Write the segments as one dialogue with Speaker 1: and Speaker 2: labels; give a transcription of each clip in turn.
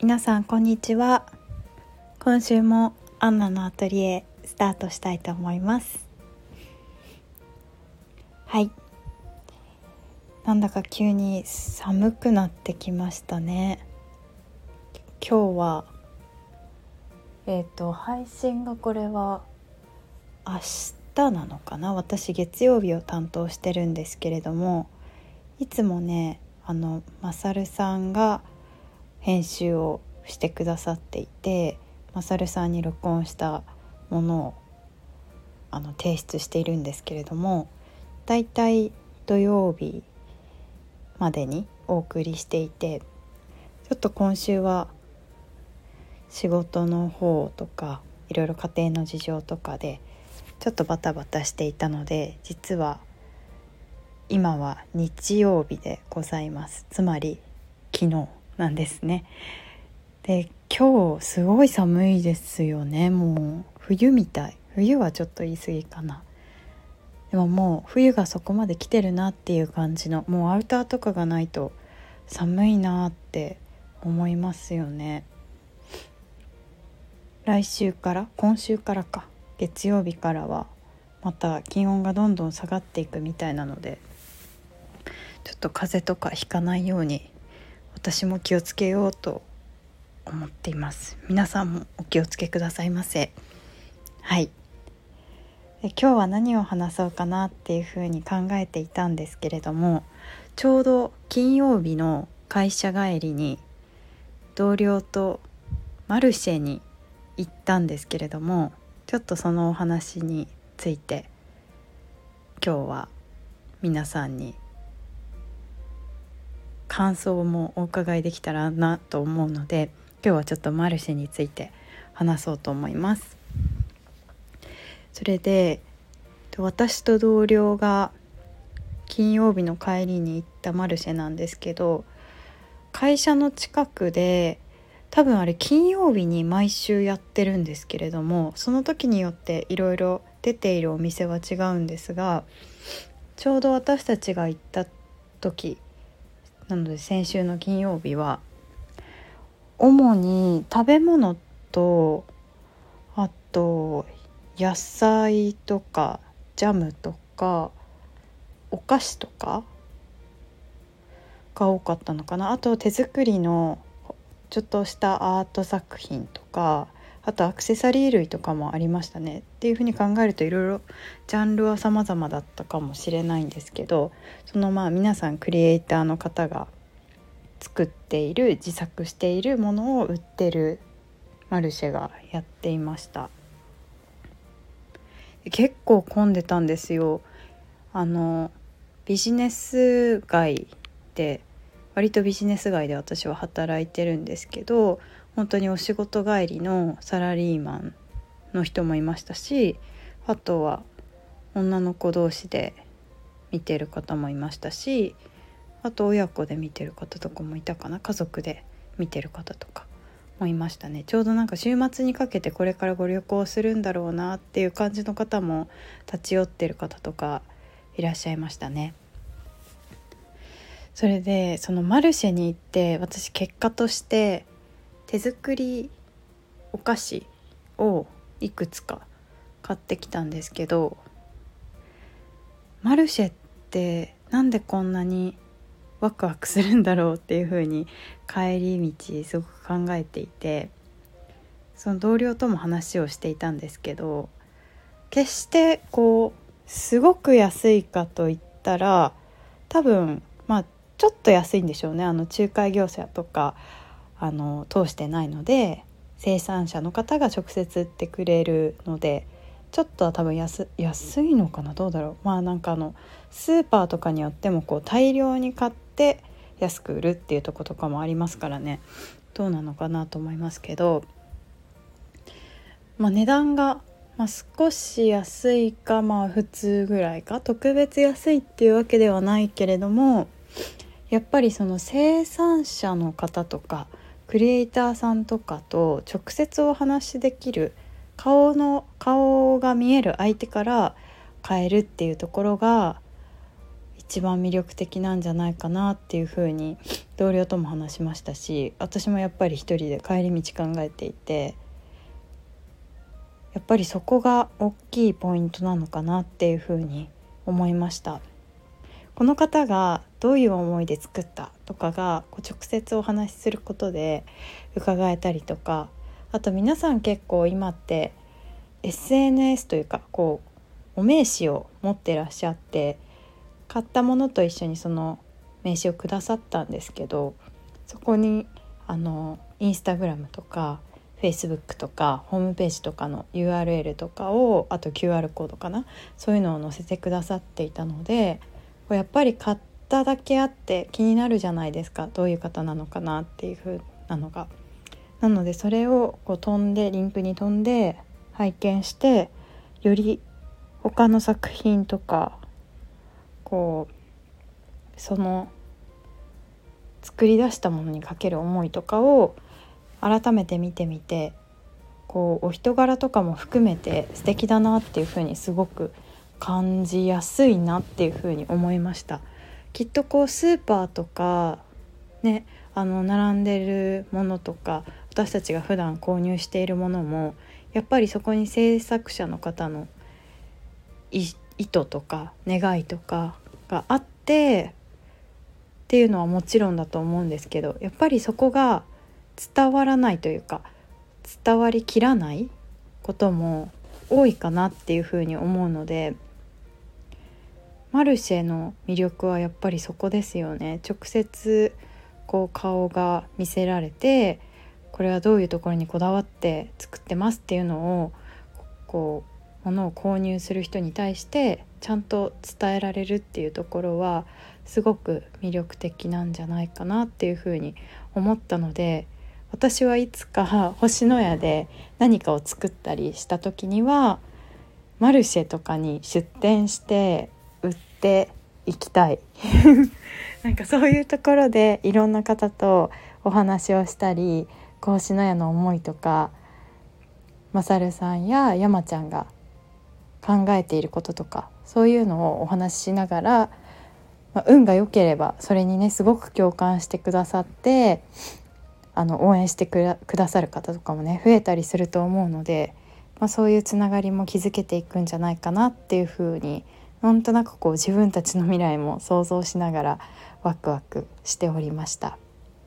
Speaker 1: 皆さんこんにちは。今週もアンナのアトリエスタートしたいと思います。はい、なんだか急に寒くなってきましたね。今日は配信がこれは明日なのかな。私月曜日を担当してるんですけれども、いつもねマサルさんが編集をしてくださっていて、マサルさんに録音したものを提出しているんですけれども、だいたい土曜日までにお送りしていて、ちょっと今週は仕事の方とかいろいろ家庭の事情とかでちょっとバタバタしていたので、実は今は日曜日でございます。つまり昨日なんですね。で、今日すごい寒いですよね。もう冬みたい。冬はちょっと言い過ぎかな。でももう冬がそこまで来てるなっていう感じの、もうアウターとかがないと寒いなって思いますよね。今週からか、月曜日からはまた気温がどんどん下がっていくみたいなので、ちょっと風邪とかひかないように私も気をつけようと思っています。皆さんもお気をつけくださいませ。はい。で、今日は何を話そうかなっていうふうに考えていたんですけれども、ちょうど金曜日の会社帰りに同僚とマルシェに行ったんですけれども、ちょっとそのお話について今日は皆さんに感想もお伺いできたらなと思うので、今日はちょっとマルシェについて話そうと思います。それで私と同僚が金曜日の帰りに行ったマルシェなんですけど、会社の近くで多分あれ金曜日に毎週やってるんですけれども、その時によっていろいろ出ているお店は違うんですが、ちょうど私たちが行った時なので先週の金曜日は主に食べ物と、あと野菜とかジャムとかお菓子とかが多かったのかな。あと手作りのちょっとしたアート作品とか、あとアクセサリー類とかもありましたね。っていうふうに考えるといろいろジャンルは様々だったかもしれないんですけど、その皆さんクリエイターの方が作っている、自作しているものを売ってるマルシェがやっていました。結構混んでたんですよ。ビジネス街で、割とビジネス街で私は働いてるんですけど、本当にお仕事帰りのサラリーマンの人もいましたし、あとは女の子同士で見てる方もいましたし、あと親子で見てる方とかもいたかな。家族で見てる方とかもいましたね。ちょうどなんか週末にかけてこれからご旅行するんだろうなっていう感じの方も立ち寄ってる方とかいらっしゃいましたね。それでそのマルシェに行って、私結果として手作りお菓子をいくつか買ってきたんですけど、マルシェってなんでこんなにワクワクするんだろうっていう風に帰り道すごく考えていて、その同僚とも話をしていたんですけど、決してすごく安いかといったら、多分ちょっと安いんでしょうね。仲介業者とか通してないので、生産者の方が直接売ってくれるので、ちょっとは多分安いのかな。どうだろう。なんかスーパーとかによっても大量に買って安く売るっていうとことかもありますからね、どうなのかなと思いますけど、値段が少し安いか普通ぐらいか、特別安いっていうわけではないけれども、やっぱりその生産者の方とかクリエイターさんとかと直接お話しできる、顔が見える相手から買えるっていうところが一番魅力的なんじゃないかなっていうふうに同僚とも話しましたし、私もやっぱり一人で帰り道考えていて、やっぱりそこが大きいポイントなのかなっていうふうに思いました。この方がどういう思いで作ったとかが直接お話しすることで伺えたりとか、あと皆さん結構今って SNS というかお名刺を持ってらっしゃって、買ったものと一緒にその名刺をくださったんですけど、そこにインスタグラムとかフェイスブックとかホームページとかの URL とかを、あと QR コードかな、そういうのを載せてくださっていたので、やっぱり買っただけあって気になるじゃないですか、どういう方なのかなっていう風なのが。なのでそれをリンクに飛んで拝見して、より他の作品とかその作り出したものにかける思いとかを改めて見てみて、お人柄とかも含めて素敵だなっていう風にすごく感じやすいなっていう風に思いました。きっとスーパーとかね、並んでるものとか私たちが普段購入しているものも、やっぱりそこに制作者の方の意図とか願いとかがあってっていうのはもちろんだと思うんですけど、やっぱりそこが伝わらないというか伝わりきらないことも多いかなっていうふうに思うので、マルシェの魅力はやっぱりそこですよね。直接顔が見せられて、これはどういうところにこだわって作ってますっていうのを物を購入する人に対してちゃんと伝えられるっていうところはすごく魅力的なんじゃないかなっていうふうに思ったので、私はいつか星のやで何かを作ったりした時にはマルシェとかに出店して売っていきたいなんかそういうところでいろんな方とお話をしたり、星のやの思いとかまさるさんや山ちゃんが考えていることとか、そういうのをお話ししながら、運が良ければそれにねすごく共感してくださって応援してくださる方とかもね増えたりすると思うので、そういうつながりも築けていくんじゃないかなっていうふうに、なんとなく自分たちの未来も想像しながらワクワクしておりました。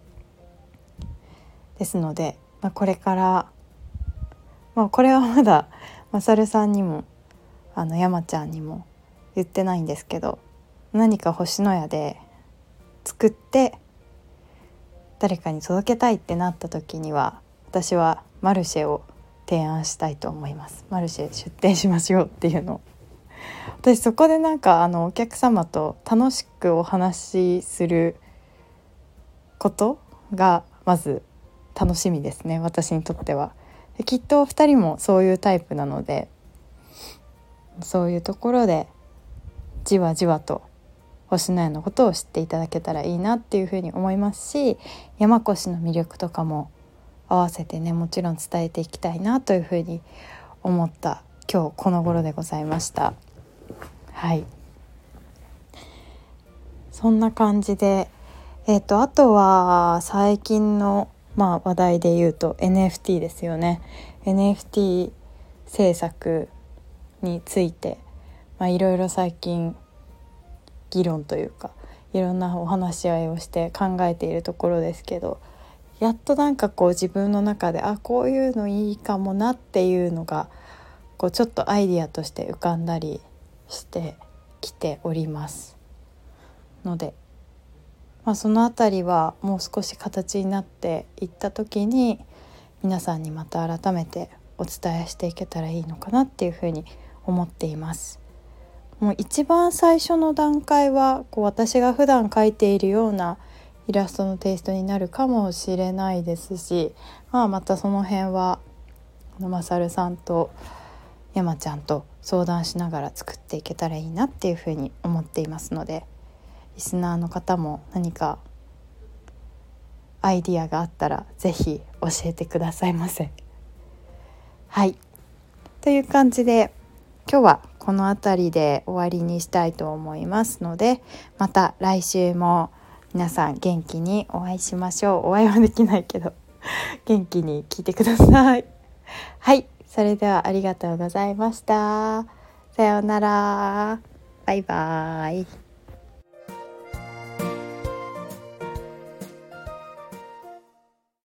Speaker 1: ですので、これから、これはまだまさるさんにも山ちゃんにも言ってないんですけど、何か星のやで作って誰かに届けたいってなった時には、私はマルシェを提案したいと思います。マルシェ出店しましょうっていうのを、私そこでお客様と楽しくお話しすることがまず楽しみですね、私にとっては。きっとお二人もそういうタイプなので、そういうところでじわじわと星のやのことを知っていただけたらいいなっていうふうに思いますし、山越の魅力とかも合わせてねもちろん伝えていきたいなというふうに思った今日この頃でございました。はい、そんな感じであとは最近の話題で言うと NFT ですよね。 NFT 制作についていろいろ最近議論というかいろんなお話し合いをして考えているところですけど、やっと自分の中でこういうのいいかもなっていうのがちょっとアイディアとして浮かんだりしてきておりますので、そのあたりはもう少し形になっていった時に皆さんにまた改めてお伝えしていけたらいいのかなっていうふうに思っています。もう一番最初の段階は私が普段描いているようなイラストのテイストになるかもしれないですし、またその辺はまさるさんと山ちゃんと相談しながら作っていけたらいいなっていうふうに思っていますので、リスナーの方も何かアイディアがあったらぜひ教えてくださいませ。はい、という感じで今日はこの辺りで終わりにしたいと思いますので、また来週も皆さん元気にお会いしましょう。お会いはできないけど元気に聞いてください。はい、それではありがとうございました。さようなら。バイバイ。